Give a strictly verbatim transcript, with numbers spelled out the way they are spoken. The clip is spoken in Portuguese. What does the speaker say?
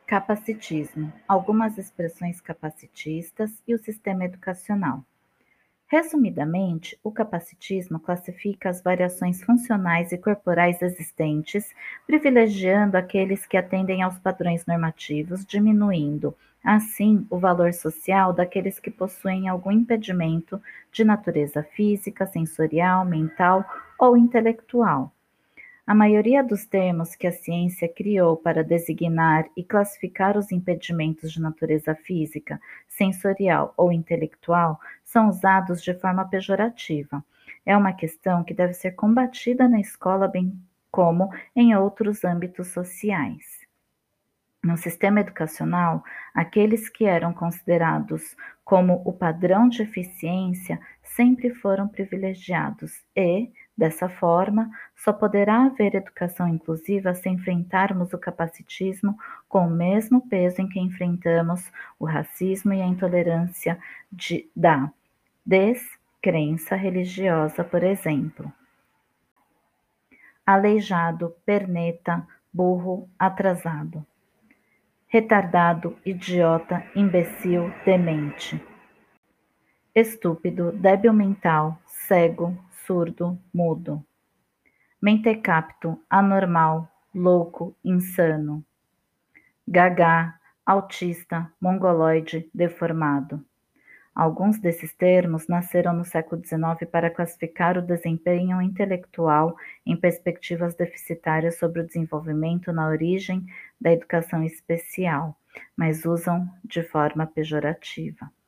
Capacitismo, algumas expressões capacitistas e o sistema educacional. Resumidamente, o capacitismo classifica as variações funcionais e corporais existentes, privilegiando aqueles que atendem aos padrões normativos, diminuindo, assim, o valor social daqueles que possuem algum impedimento de natureza física, sensorial, mental ou intelectual. A maioria dos termos que a ciência criou para designar e classificar os impedimentos de natureza física, sensorial ou intelectual são usados de forma pejorativa. É uma questão que deve ser combatida na escola, bem como em outros âmbitos sociais. No sistema educacional, aqueles que eram considerados como o padrão de eficiência sempre foram privilegiados e, dessa forma, só poderá haver educação inclusiva se enfrentarmos o capacitismo com o mesmo peso em que enfrentamos o racismo e a intolerância de, da descrença religiosa, por exemplo. Aleijado, perneta, burro, atrasado. Retardado, idiota, imbecil, demente. Estúpido, débil mental, cego, surdo, mudo. Mentecapto, anormal, louco, insano. Gagá, autista, mongoloide, deformado. Alguns desses termos nasceram no século dezenove para classificar o desempenho intelectual em perspectivas deficitárias sobre o desenvolvimento na origem da educação especial, mas usam de forma pejorativa.